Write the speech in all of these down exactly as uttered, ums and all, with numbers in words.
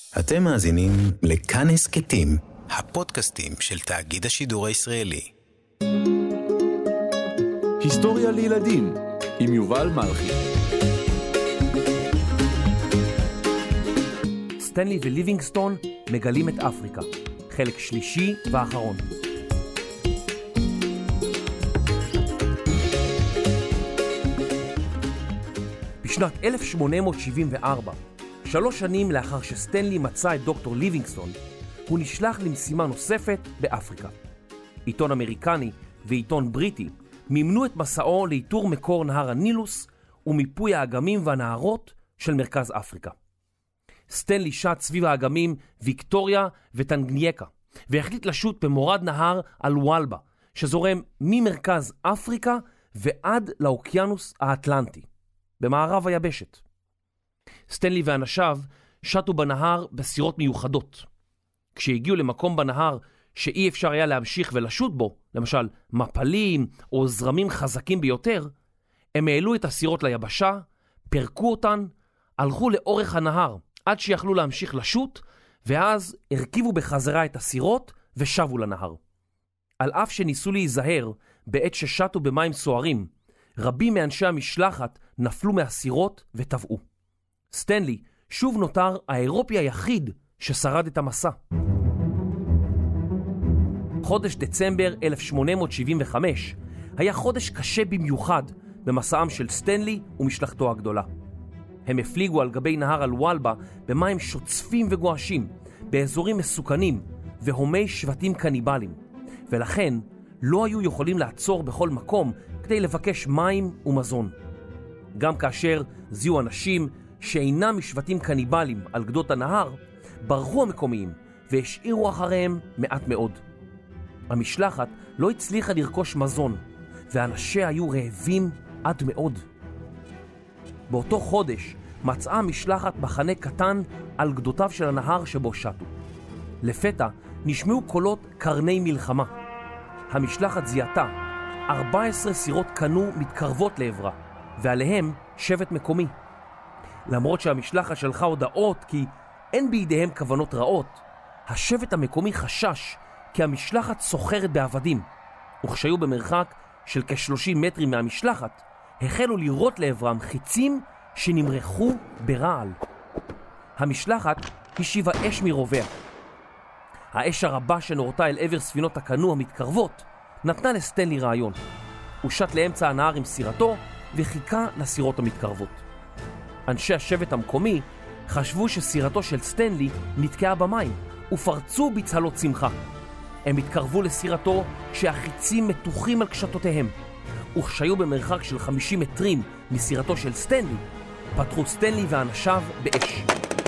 אתם מאזינים לכאן הסכתים, הפודקאסטים של תאגיד השידור הישראלי. היסטוריה לילדים עם יובל מלכי. סטנלי וליבינגסטון מגלים את אפריקה, חלק שלישי ואחרון. בשנת אלף שמונה מאות שבעים וארבע, שלוש שנים לאחר שסטנלי מצא את דוקטור ליבינגסטון, הוא נשלח למשימה נוספת באפריקה. עיתון אמריקני ועיתון בריטי מימנו את מסעו לאיתור מקור נהר הנילוס ומיפוי האגמים והנהרות של מרכז אפריקה. סטנלי שט סביב האגמים ויקטוריה וטנגנייקה, והחליט לשוט במורד נהר אלוואלבה, שזורם ממרכז אפריקה ועד לאוקיינוס האטלנטי, במערב היבשת. סטנלי ואנשיו שטו בנהר בסירות מיוחדות. כשהגיעו למקום בנהר שאי אפשר היה להמשיך ולשוט בו, למשל מפלים או זרמים חזקים ביותר, הם העלו את הסירות ליבשה, פרקו אותן, הלכו לאורך הנהר עד שיכלו להמשיך לשוט, ואז הרכיבו בחזרה את הסירות ושבו לנהר. על אף שניסו להיזהר בעת ששטו במים סוערים, רבים מאנשי המשלחת נפלו מהסירות וטבעו. סטנלי שוב נותר האירופי היחיד ששרד את המסע. חודש דצמבר אלף שמונה מאות שבעים וחמש היה חודש קשה במיוחד במסעם של סטנלי ומשלחתו הגדולה. הם הפליגו על גבי נהר אלוואלבה במים שוצפים וגועשים, באזורים מסוכנים והומי שבטים קניבלים, ולכן לא היו יכולים לעצור בכל מקום כדי לבקש מים ומזון. גם כאשר זיהו אנשים שאינם משבטים קניבלים על גדות הנהר, ברחו המקומיים והשאירו אחריהם מעט מאוד. המשלחת לא הצליחה לרכוש מזון, ואנשיה היו רעבים עד מאוד. באותו חודש מצאה המשלחת מחנה קטן על גדותיו של הנהר שבו שטו. לפתע נשמעו קולות קרני מלחמה. המשלחת זיהתה ארבע עשרה סירות קנו מתקרבות לעברה, ועליהם שבט מקומי. למרות שהמשלחת שלחה הודעות כי אין בידיהם כוונות רעות, השבט המקומי חשש כי המשלחת סוחרת בעבדים, וכשהיו במרחק של כ-שלושים מטרים מהמשלחת, החלו לירות לעברם חיצים שנמרחו ברעל. המשלחת השיבה אש מרובע. האש הרבה שנורתה אל עבר ספינות הקנו המתקרבות נתנה לסטנלי רעיון. הוא שט לאמצע הנהר עם סירתו וחיכה לסירות המתקרבות. אנשי השבט המקומי חשבו שסירתו של סטנלי נתקעה במים ופרצו בצהלות שמחה. הם התקרבו לסירתו כשהחיצים מתוחים על קשתותיהם, וכשהיו במרחק של חמישים מטרים מסירתו של סטנלי, פתחו סטנלי ואנשיו באש.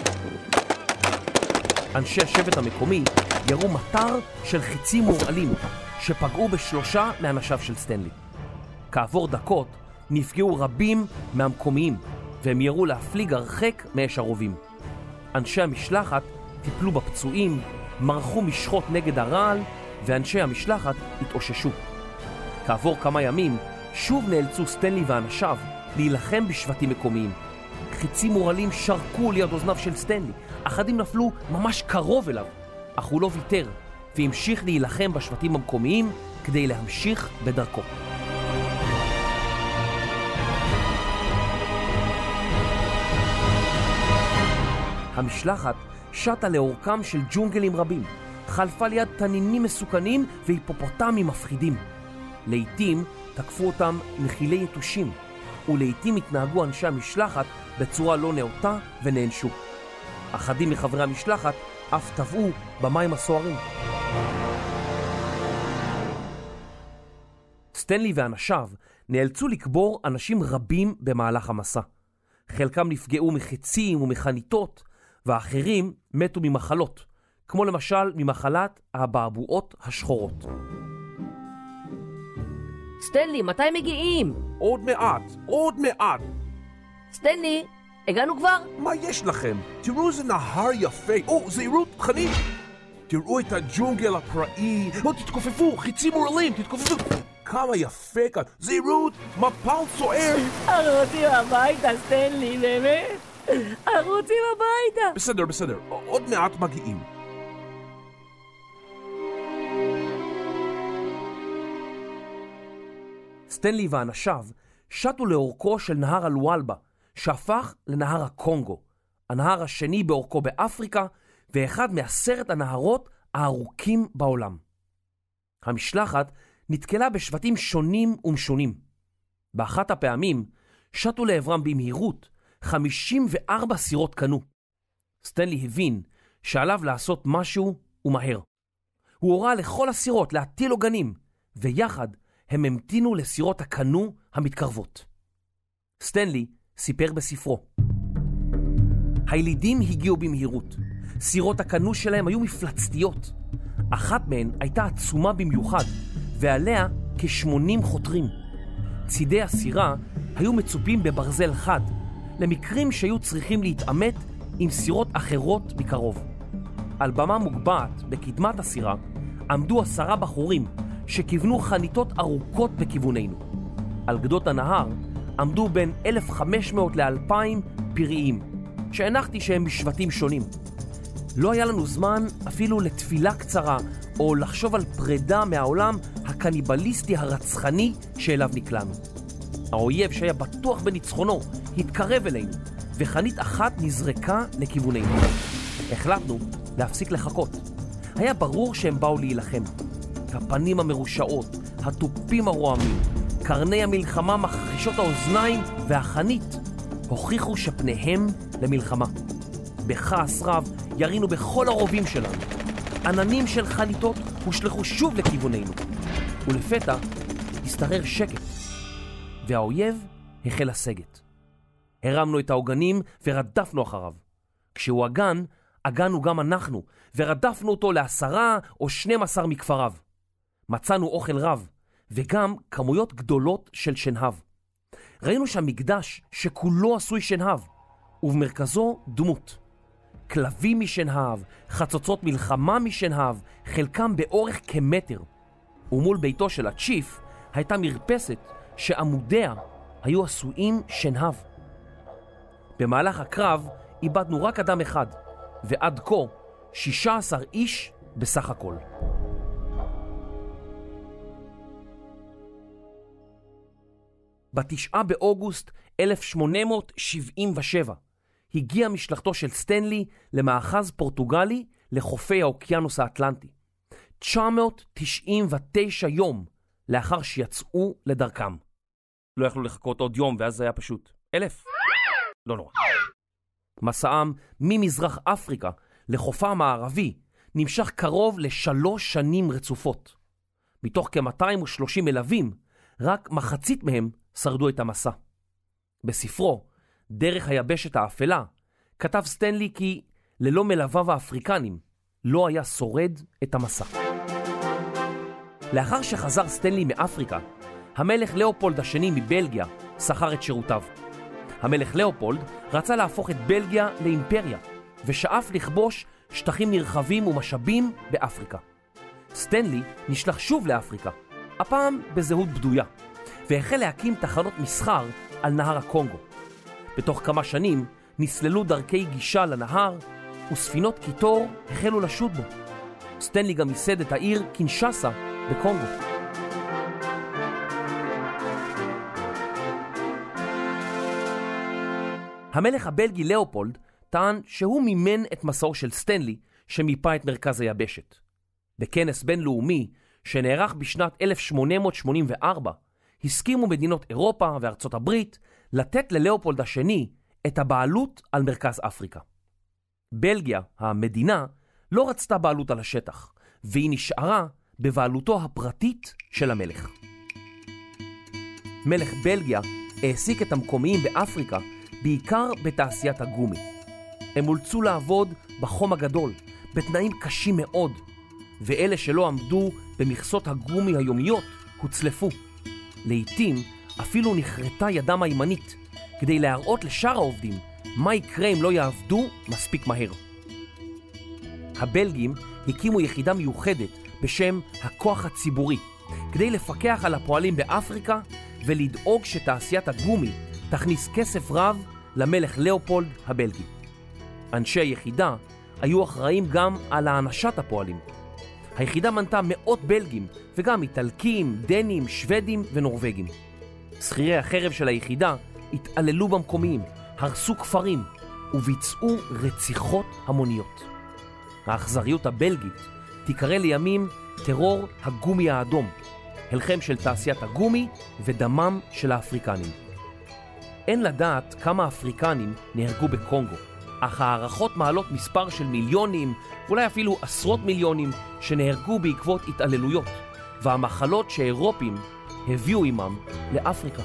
אנשי השבט המקומי ירו מטר של חיצים מורעלים שפגעו בשלושה מאנשיו של סטנלי. כעבור דקות נפגעו רבים מהמקומיים, והם ירו להפליג הרחק מאש הרובים. אנשי המשלחת טיפלו בפצועים, מרחו משחות נגד הרעל, ואנשי המשלחת התאוששו. כעבור כמה ימים שוב נאלצו סטנלי ואנשיו להילחם בשבטים מקומיים. חיצים מורעלים שרקו ליד אוזניו של סטנלי, אחדים נפלו ממש קרוב אליו, אך הוא לא ויתר והמשיך להילחם בשבטים המקומיים כדי להמשיך בדרכו. המשלחת שטה לאורכם של ג'ונגלים רבים, חלפה ליד תנינים מסוכנים והיפופוטמים מפחידים. לעתים תקפו אותם נחילי יתושים, ולעתים התנהגו אנשי המשלחת בצורה לא נאותה ונענשו. אחדים מחברי המשלחת אף טבעו במים הסוערים. סטנלי ואנשיו נאלצו לקבור אנשים רבים במהלך המסע. חלקם נפגעו מחיצים ומחניתות, ואחרים מתו ממחלות, כמו למשל ממחלת הבעבועות השחורות. סטנלי, מתי מגיעים? עוד מעט, עוד מעט. סטנלי, הגענו כבר? מה יש לכם? תראו איזה נהר יפה. או, זהירות, חנית. תראו את הג'ונגל הפראי. לא, תתכופפו, חיצים מורעלים, תתכופפו. כמה יפה כאן. זהירות, מפל סוער. הרי אותי הביתה, סטנלי, באמת. אנחנו רוצים הביתה. בסדר, בסדר, עוד מעט מגיעים. סטנלי ואנשיו שטו לאורכו של נהר הלואלבה, שהפך לנהר הקונגו, הנהר השני באורכו באפריקה, ואחד מעשרת הנהרות הארוכים בעולם. המשלחת נתקלה בשבטים שונים ומשונים. באחת הפעמים שטו לעברם במהירות חמישים וארבע סירות קנו. סטנלי הבין שעליו לעשות משהו ומהר. הוא הורה לכל הסירות להטיל עוגנים, ויחד הם המתינו לסירות הקנו המתקרבות. סטנלי סיפר בספרו: הילידים הגיעו במהירות. סירות הקנו שלהם היו מפלצתיות. אחת מהן הייתה עצומה במיוחד, ועליה כ-שמונים חותרים. צידי הסירה היו מצופים בברזל חד, למקרים שהיו צריכים להתעמת עם סירות אחרות מקרוב. על במה מוגבעת בקדמת הסירה עמדו עשרה בחורים שכיוונו חניתות ארוכות בכיווננו. על גדות הנהר עמדו בין אלף וחמש מאות ל-אלפיים פראיים, שהנחתי שהם משבטים שונים. לא היה לנו זמן אפילו לתפילה קצרה או לחשוב על פרידה מהעולם הקניבליסטי הרצחני שאליו נקלענו. האויב שהיה בטוח בניצחונו התקרב אלינו, וחנית אחת נזרקה לכיווננו. החלטנו להפסיק לחכות. היה ברור שהם באו להילחם. הפנים המרושעות, הטופים הרועמים, קרני המלחמה מחרישות האוזניים והחנית הוכיחו שפניהם למלחמה. בכעס רב ירינו בכל הרובים שלנו. עננים של חניתות הושלחו שוב לכיווננו, ולפתע הסתרר שקט, והאויב החל לסגת. הרמנו את העוגנים ורדפנו אחריו. כשהוא הגן, הגנו גם אנחנו, ורדפנו אותו לעשרה או שנים עשר מכפריו. מצאנו אוכל רב, וגם כמויות גדולות של שנהב. ראינו שם מקדש שכולו עשוי שנהב, ובמרכזו דמות. כלבים משנהב, חצוצות מלחמה משנהב, חלקם באורך כמטר. ומול ביתו של הצ'יף הייתה מרפסת שעמודיה היו עשויים שנהב. במהלך הקרב איבדנו רק אדם אחד, ועד כה שישה עשר איש בסך הכל. בתשעה באוגוסט אלף שמונה מאות שבעים ושבע הגיעה משלחתו של סטנלי למאחז פורטוגלי לחופי האוקיינוס האטלנטי. תשע מאות תשעים ותשע יום לאחר שיצאו לדרכם. לא יכלו לחכות עוד יום, ואז זה היה פשוט אלף. לא נורא. מסעם ממזרח אפריקה לחופה המערבי נמשך קרוב לשלוש שנים רצופות. מתוך כ-מאתיים ושלושים מלווים, רק מחצית מהם שרדו את המסע. בספרו, דרך היבשת האפלה, כתב סטנלי כי ללא מלוויו האפריקנים לא היה שורד את המסע. לאחר שחזר סטנלי מאפריקה, המלך לאופולד השני מבלגיה שכר את שירותיו. המלך לאופולד רצה להפוך את בלגיה לאימפריה, ושאף לכבוש שטחים נרחבים ומשאבים באפריקה. סטנלי נשלח שוב לאפריקה, הפעם בזהות בדויה, והחל להקים תחנות מסחר על נהר הקונגו. בתוך כמה שנים נסללו דרכי גישה לנהר, וספינות קיטור החלו לשוט בו. סטנלי גם ייסד את העיר קינשאסה בקונגו. המלך הבלגי לאופולד טען שהוא מימן את מסעו של סטנלי שמיפה את מרכז היבשת. בכנס בינלאומי שנערך בשנת אלף שמונה מאות שמונים וארבע, הסכימו מדינות אירופה וארצות הברית לתת ללאופולד השני את הבעלות על מרכז אפריקה. בלגיה, המדינה, לא רצתה בעלות על השטח, והיא נשארה בבעלותו הפרטית של המלך. מלך בלגיה העסיק את המקומיים באפריקה בעיקר בתעשיית הגומי. הם אולצו לעבוד בחום הגדול, בתנאים קשים מאוד, ואלה שלא עמדו במכסות הגומי היומיות הוצלפו. לעתים אפילו נחרטה ידם הימנית, כדי להראות לשאר העובדים מה יקרה אם לא יעבדו מספיק מהר. הבלגים הקימו יחידה מיוחדת בשם הכוח הציבורי, כדי לפקח על הפועלים באפריקה ולדאוג שתעשיית הגומי תכניס כסף רב למלך לאופולד הבלגי. אנשי היחידה היו אחראים גם על האנשת הפועלים. היחידה מנתה מאות בלגים וגם איטלקים, דנים, שוודים ונורווגים. שכירי החרב של היחידה התעללו במקומיים, הרסו כפרים וביצעו רציחות המוניות. האכזריות הבלגית תיקרא לימים טרור הגומי האדום, הלחם של תעשיית הגומי ודמם של האפריקנים. אין לדעת כמה אפריקנים נהרגו בקונגו, אך הערכות מעלות מספר של מיליונים, ואולי אפילו עשרות מיליונים, שנהרגו בעקבות התעללויות והמחלות שאירופים הביאו עמם לאפריקה.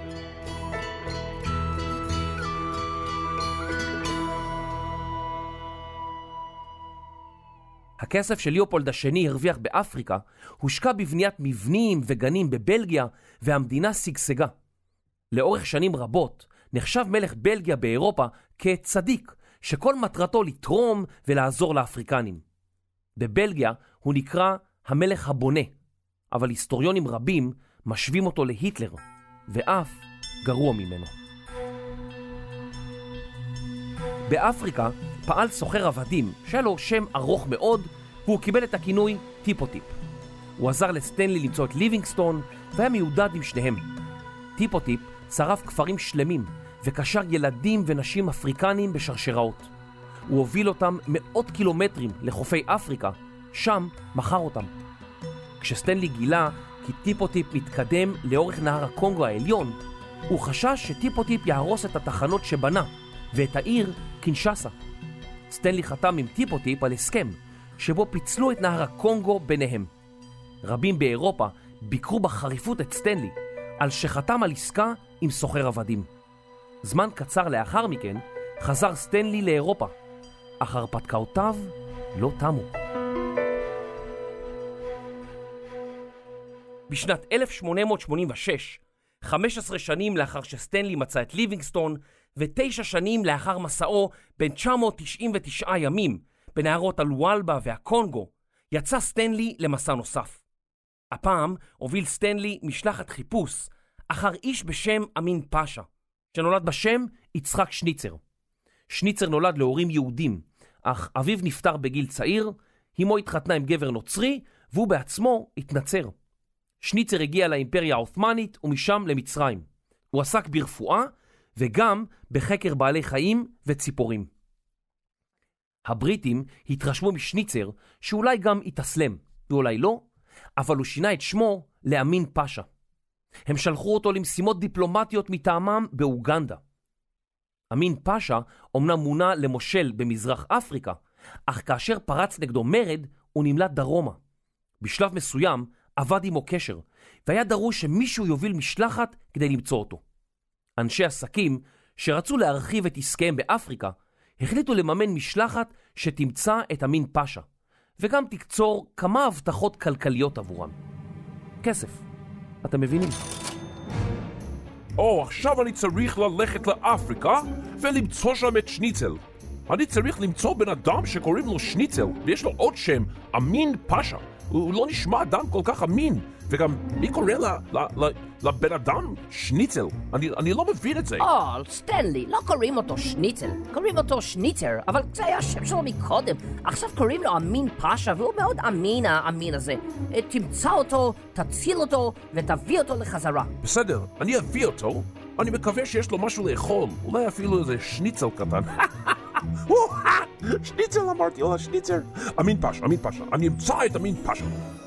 הכסף של ליאופולד השני הרוויח באפריקה הושקע בבניית מבנים וגנים בבלגיה, והמדינה שגשגה. לאורך שנים רבות נחשב מלך בלגיה באירופה כצדיק שכל מטרתו לתרום ולעזור לאפריקנים. בבלגיה הוא נקרא המלך הבונה, אבל היסטוריונים רבים משווים אותו להיטלר, ואף גרוע ממנו. באפריקה פעל סוחר עבדים שהיה לו שם ארוך מאוד, והוא קיבל את הכינוי טיפוטיפ. הוא עזר לסטנלי למצוא את ליבינגסטון והיה מיודד עם שניהם. טיפוטיפ שרף כפרים שלמים וקשר ילדים ונשים אפריקנים בשרשראות. הוא הוביל אותם מאות קילומטרים לחופי אפריקה, שם מכר אותם. כשסטנלי גילה כי טיפוטיפ מתקדם לאורך נהר הקונגו העליון, הוא חשש שטיפוטיפ יהרוס את התחנות שבנה ואת העיר קינשאסה. סטנלי חתם עם טיפוטיפ על הסכם שבו פיצלו את נהר הקונגו ביניהם. רבים באירופה ביקרו בחריפות את סטנלי על שחתם על עסקה עם סוחר עבדים. זמן קצר לאחר מכן חזר סטנלי לאירופה, אך הרפתקאותיו לא תמו. בשנת אלף שמונה מאות שמונים ושש, חמש עשרה שנים לאחר שסטנלי מצא את ליבינגסטון, ותשע שנים לאחר מסעו בין תשע מאות תשעים ותשעה ימים בנהרות הלואלבה והקונגו, יצא סטנלי למסע נוסף. הפעם הוביל סטנלי משלחת חיפוש אחר איש בשם אמין פאשה, שנולד בשם יצחק שניצר. שניצר נולד להורים יהודים, אך אביו נפטר בגיל צעיר, אמו התחתנה עם גבר נוצרי, והוא בעצמו התנצר. שניצר הגיע לאימפריה העות'מאנית ומשם למצרים. הוא עסק ברפואה וגם בחקר בעלי חיים וציפורים. הבריטים התרשמו משניצר שאולי גם התאסלם, ואולי לא, אבל הוא שינה את שמו לאמין פאשה. הם שלחו אותו למשימות דיפלומטיות מטעמם באוגנדה. אמין פאשה אומנם מונה למושל במזרח אפריקה, אך כאשר פרץ נגדו מרד הוא נמלט דרומה. בשלב מסוים עבד עמו קשר, והיה דרוש שמישהו יוביל משלחת כדי למצוא אותו. אנשי עסקים שרצו להרחיב את עסקיהם באפריקה, החליטו לממן משלחת שתמצא את אמין פאשה, וגם תקצור כמה הבטחות כלכליות עבורם. כסף, אתם מבינים? או, עכשיו אני צריך ללכת לאפריקה ולמצוא שם את שניצל. אני צריך למצוא בן אדם שקוראים לו שניצל, ויש לו עוד שם, אמין פאשה. הוא לא נשמע אדם כל כך אמין, וגם מי קורא ל, ל, ל, לבן אדם שניצל? אני, אני לא מבין את זה. או, סטנלי, לא קוראים אותו שניצל, קוראים אותו שניצר, אבל זה היה השם שלו מקודם. עכשיו קוראים לו אמין פאשה, והוא מאוד אמין האמין הזה. תמצא אותו, תציל אותו, ותביא אותו לחזרה. בסדר, אני אביא אותו. אני מקווה שיש לו משהו לאכול, אולי אפילו איזה שניצל קטן. שניצל אמרתי, אולי שניצר. אמין פאשה, אמין פאשה, אני אמצא את אמין פאשה.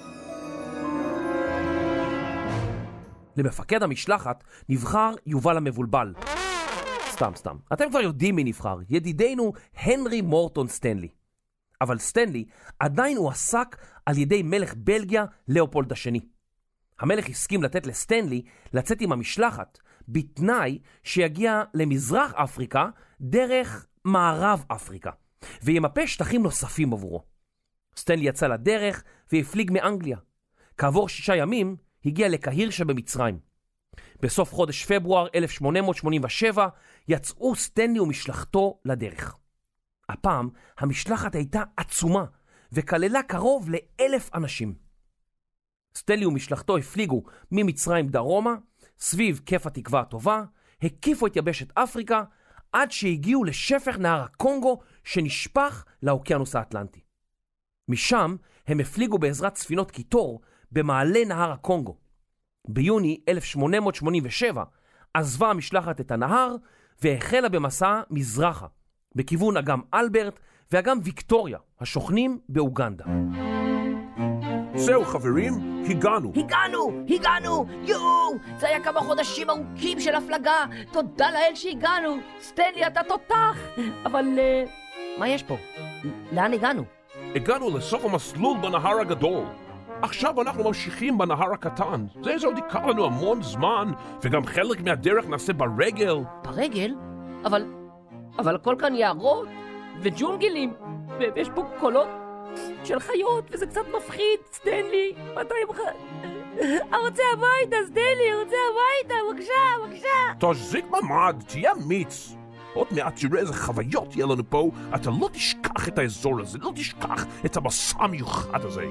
למפקד המשלחת נבחר יובל המבולבל. סתם, סתם. אתם כבר יודעים מי נבחר, ידידנו הנרי מורטון סטנלי. אבל סטנלי עדיין הוא עסק על ידי מלך בלגיה לאופולד השני. המלך הסכים לתת לסטנלי לצאת עם המשלחת, בתנאי שיגיע למזרח אפריקה דרך מערב אפריקה, וימפה שטחים נוספים עבורו. סטנלי יצא לדרך והפליג מאנגליה. כעבור שישה ימים הגיע לקהיר שבמצרים. בסוף חודש פברואר אלף שמונה מאות שמונים ושבע יצאו סטנלי ומשלחתו לדרך. הפעם המשלחת הייתה עצומה וכללה קרוב לאלף אנשים. סטנלי ומשלחתו הפליגו ממצרים דרומה, סביב כיף התקווה הטובה, הקיפו את יבשת אפריקה, עד שהגיעו לשפך נהר הקונגו שנשפך לאוקיינוס האטלנטי. משם הם הפליגו בעזרת ספינות קיטור במעלה נהר הקונגו. ביוני אלף שמונה מאות שמונים ושבע עזבה המשלחת את הנהר והחלה במסע מזרחה, בכיוון אגם אלברט ואגם ויקטוריה, השוכנים באוגנדה. זהו חברים, הגענו. הגענו, הגענו, יואו, זה היה כמה חודשים ארוכים של הפלגה, תודה לאל שהגענו, סטנלי אתה תותח, אבל uh, מה יש פה? לאן הגענו? הגענו לסוף המסלול בנהר הגדול. עכשיו אנחנו ממשיכים בנהר הקטן. זה עוד ייקח לנו המון זמן, וגם חלק מהדרך נעשה ברגל. ברגל? אבל, אבל הכל כאן יערות וג'ונגלים, ויש פה קולות של חיות, וזה קצת מפחיד, סטנלי. מתי הם ח... רוצה הביתה, סטנלי, רוצה הביתה, בבקשה, בבקשה. תחזיק ממד, תהיה אמיץ. עוד מעט תראה איזה חוויות יהיה לנו פה. אתה לא תשכח את האזור הזה, לא תשכח את המסע המיוחד הזה.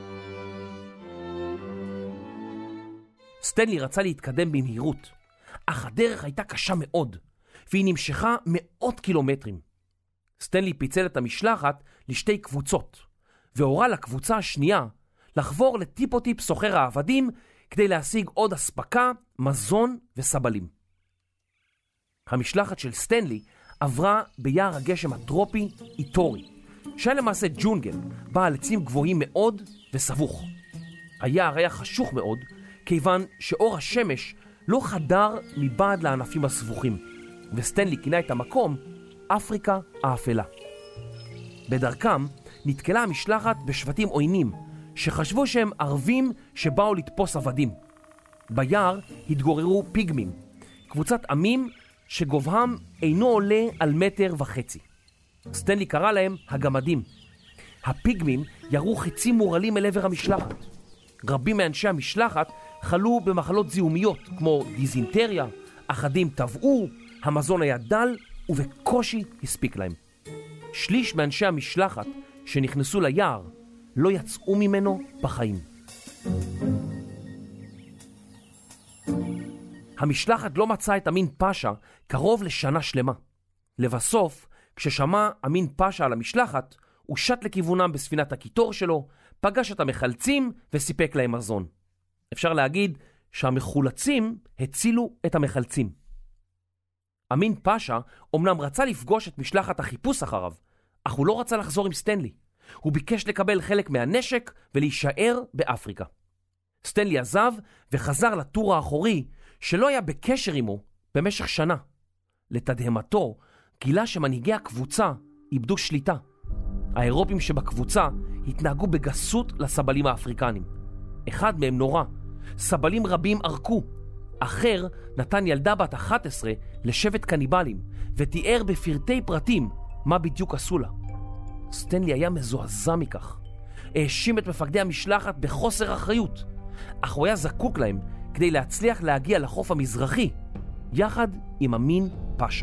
סטנלי רצה להתקדם במהירות, אך הדרך הייתה קשה מאוד, והיא נמשכה מאות קילומטרים. סטנלי פיצל את המשלחת לשתי קבוצות, והורה לקבוצה השנייה לחבור לטיפ-טיפ סוחר העבדים כדי להשיג עוד אספקה, מזון וסבלים. המשלחת של סטנלי עברה ביער הגשם הטרופי איטורי, שהיה למעשה ג'ונגל, בעל עצים גבוהים מאוד וסבוך. היער היה חשוך מאוד, כיוון שאור השמש לא חדר מבעד לענפים הסבוכים, וסטנלי כינה את המקום אפריקה האפלה. בדרכם נתקלה המשלחת בשבטים עוינים, שחשבו שהם ערבים שבאו לתפוס עבדים. ביער התגוררו פיגמים, קבוצת עמים שגובהם אינו עולה על מטר וחצי. סטנלי קרא להם הגמדים. הפיגמים ירו חיצים מורלים אל עבר המשלחת. רבים מאנשי המשלחת חלו במחלות זיהומיות כמו דיזינטריה, אחדים טבעו, המזון היה דל ובקושי הספיק להם. שליש מאנשי המשלחת שנכנסו ליער לא יצאו ממנו בחיים. המשלחת לא מצאה את אמין פאשה קרוב לשנה שלמה. לבסוף, כששמע אמין פאשה על המשלחת, הוא שט לכיוונם בספינת הקיטור שלו, פגש את המחלצים וסיפק להם מזון. אפשר להגיד שהמחולצים הצילו את המחלצים. אמין פאשה אומנם רצה לפגוש את משלחת החיפוש אחריו, אך הוא לא רצה לחזור עם סטנלי. הוא ביקש לקבל חלק מהנשק ולהישאר באפריקה. סטנלי עזב וחזר לטור האחורי שלא היה בקשר עמו במשך שנה. לתדהמתו גילה שמנהיגי הקבוצה איבדו שליטה. האירופים שבקבוצה התנהגו בגסות לסבלים האפריקנים. אחד מהם נורא. סבלים רבים ערקו. אחר נתן ילדה בת אחת עשרה לשבט קניבלים ותיאר בפרטי פרטים מה בדיוק עשו לה. סטנלי היה מזועזע מכך. האשים את מפקדי המשלחת בחוסר אחריות, אך הוא היה זקוק להם כדי להצליח להגיע לחוף המזרחי יחד עם אמין פאשה.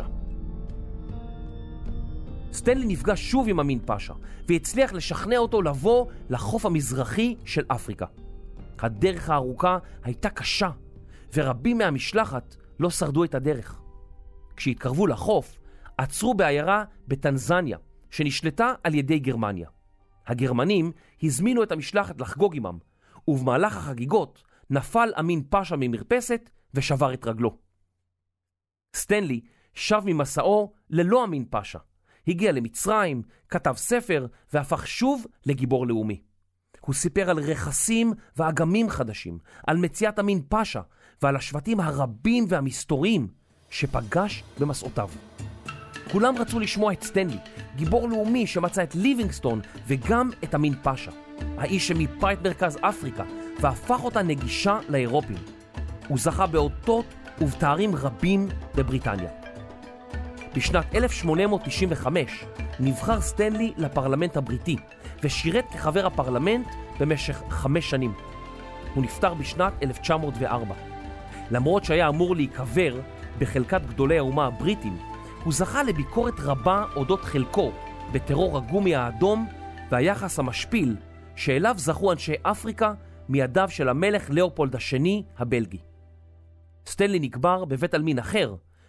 סטנלי נפגש שוב עם אמין פאשה והצליח לשכנע אותו לבוא לחוף המזרחי של אפריקה. הדרך הארוכה הייתה קשה ורבים מהמשלחת לא שרדו את הדרך. כשהתקרבו לחוף עצרו בעיירה בטנזניה שנשלטה על ידי גרמניה. הגרמנים הזמינו את המשלחת לחגוג עמם, ובמהלך החגיגות נפל אמין פאשה ממרפסת ושבר את רגלו. סטנלי שב ממסעו ללא אמין פאשה, הגיע למצרים, כתב ספר והפך שוב לגיבור לאומי. הוא סיפר על רכסים ואגמים חדשים, על מציאת אמין פאשה ועל השבטים הרבים והמסתוריים שפגש במסעותיו. כולם רצו לשמוע את סטנלי, גיבור לאומי שמצא את ליבינגסטון וגם את אמין פאשה, האיש שמיפה את מרכז אפריקה והפך אותה נגישה לאירופים. הוא זכה באותות ובתארים רבים בבריטניה. בשנת אלף שמונה מאות תשעים וחמש נבחר סטנלי לפרלמנט הבריטי ושירת כחבר הפרלמנט במשך חמש שנים. הוא נפטר בשנת אלף תשע מאות וארבע. למרות שהיה אמור להיקבר בחלקת גדולי האומה הבריטים, הוא זכה לביקורת רבה אודות חלקו בטרור הגומי האדום והיחס המשפיל שאליו זכו אנשי אפריקה מידיו של המלך לאופולד השני הבלגי. סטנלי נקבר בבית עלמין אחר,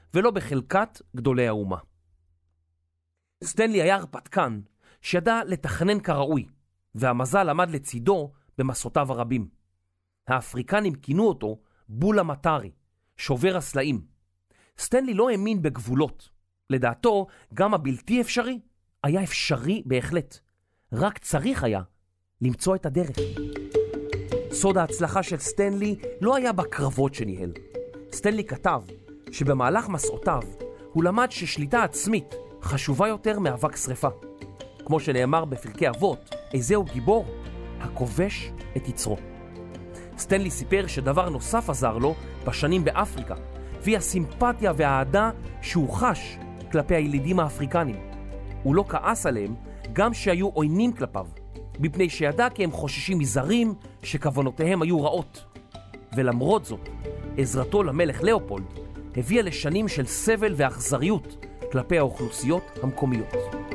ולא בחלקת גדולי האומה. סטנלי היה הרפתקן שידע לתכנן כראוי, והמזל עמד לצידו במסעותיו הרבים. האפריקנים כינו אותו בולה מטרי, שובר הסלעים. סטנלי לא האמין בגבולות. לדעתו, גם הבלתי אפשרי היה אפשרי בהחלט. רק צריך היה למצוא את הדרך. סוד ההצלחה של סטנלי לא היה בקרבות שניהל. סטנלי כתב שבמהלך מסעותיו הוא למד ששליטה עצמית חשובה יותר מאבק שריפה. כמו שנאמר בפרקי אבות, איזהו גיבור? הכובש את יצרו. סטנלי סיפר שדבר נוסף עזר לו בשנים באפריקה, והיא הסימפתיה והאהדה שהוא חש כלפי הילידים האפריקנים. הוא לא כעס עליהם גם שהיו עוינים כלפיו, מפני שידע כי הם חוששים מזרים שכוונותיהם היו רעות. ולמרות זאת, עזרתו למלך לאופולד הביאה לשנים של סבל ואכזריות כלפי האוכלוסיות המקומיות.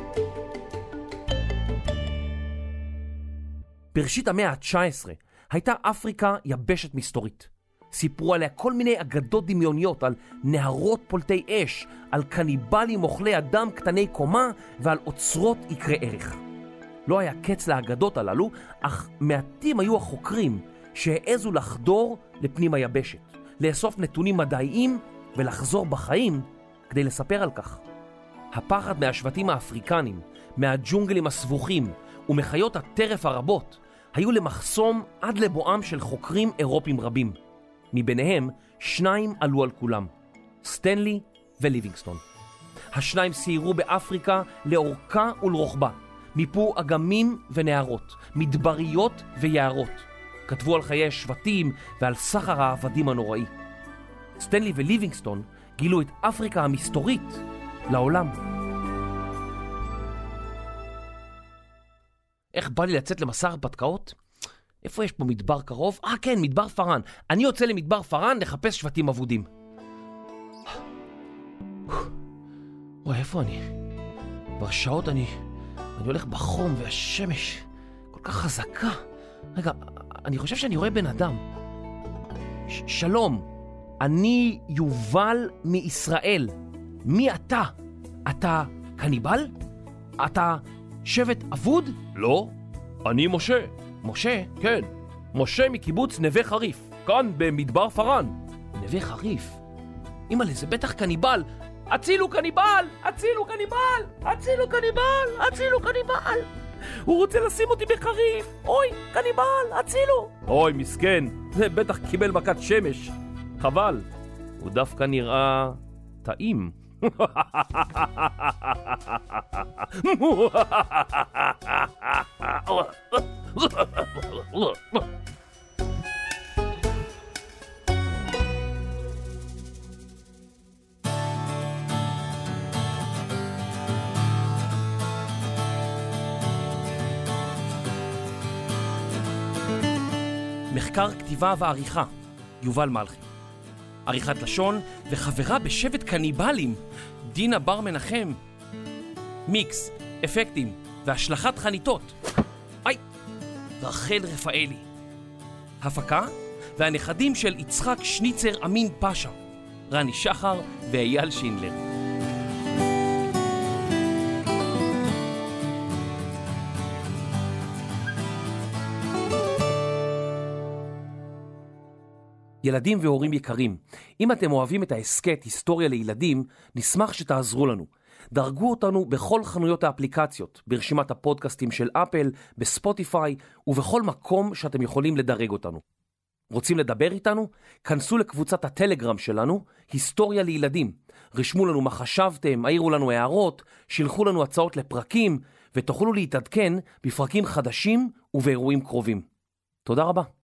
בראשית המאה ה-תשע עשרה הייתה אפריקה יבשת מסתורית. סיפרו עליה כל מיני אגדות דמיוניות על נהרות פולטי אש, על קניבלים אוכלי אדם קטני קומה ועל אוצרות יקרי ערך. לא היה קץ לאגדות הללו, אך מעטים היו החוקרים שהעזו לחדור לפנים היבשת, לאסוף נתונים מדעיים ולחזור בחיים כדי לספר על כך. הפחד מהשבטים האפריקנים, מהג'ונגלים הסבוכים ומחיות הטרף הרבות היו למחסום עד לבואם של חוקרים אירופים רבים. מביניהם שניים עלו על כולם, סטנלי וליבינגסטון. השניים סיירו באפריקה לאורכה ולרוחבה, מיפו אגמים ונהרות, מדבריות ויערות. כתבו על חיי השבטים ועל סחר העבדים הנוראי. סטנלי וליבינגסטון גילו את אפריקה המסתורית לעולם. איך בא לי לצאת למסע הרפתקאות? איפה יש פה מדבר קרוב? אה כן, מדבר פרן. אני יוצא למדבר פרן לחפש שבטים אבודים. וואי, איפה אני? כבר שעות אני... אני הולך בחום והשמש כל כך חזקה. רגע, אני חושב שאני רואה בן אדם. ש- שלום, אני יובל מישראל. מי אתה? אתה קניבל? אתה שבט אבוד? לא, אני משה. משה? כן, משה מקיבוץ נווה חריף, כאן במדבר פרן. נווה חריף? אמא, זה בטח קניבל. הצילו קניבל! הצילו קניבל! הצילו קניבל! הצילו קניבל! הוא רוצה לשים אותי בחריף! אוי, קניבל! הצילו! אוי, מסכן, זה בטח קיבל מכת שמש. חבל, הוא דווקא נראה טעים. מחקר כתיבה ועריכה, יובל מלכי. עריכת לשון וחברה בשבט קניבלים, דינה בר מנחם. מיקס, אפקטים והשלכת חניתות, איי, רחל רפאלי. הפקה והנכדים של יצחק שניצר אמין פאשה, רני שחר ואייל שינדלר. ילדים והורים יקרים, אם אתם אוהבים את העסקת היסטוריה לילדים, נשמח שתעזרו לנו. דרגו אותנו בכל חנויות האפליקציות, ברשימת הפודקאסטים של אפל, בספוטיפיי ובכל מקום שאתם יכולים לדרג אותנו. רוצים לדבר איתנו? כנסו לקבוצת הטלגרם שלנו, היסטוריה לילדים. רשמו לנו מה חשבתם, העירו לנו הערות, שילחו לנו הצעות לפרקים, ותוכלו להתעדכן בפרקים חדשים ובאירועים קרובים. תודה רבה.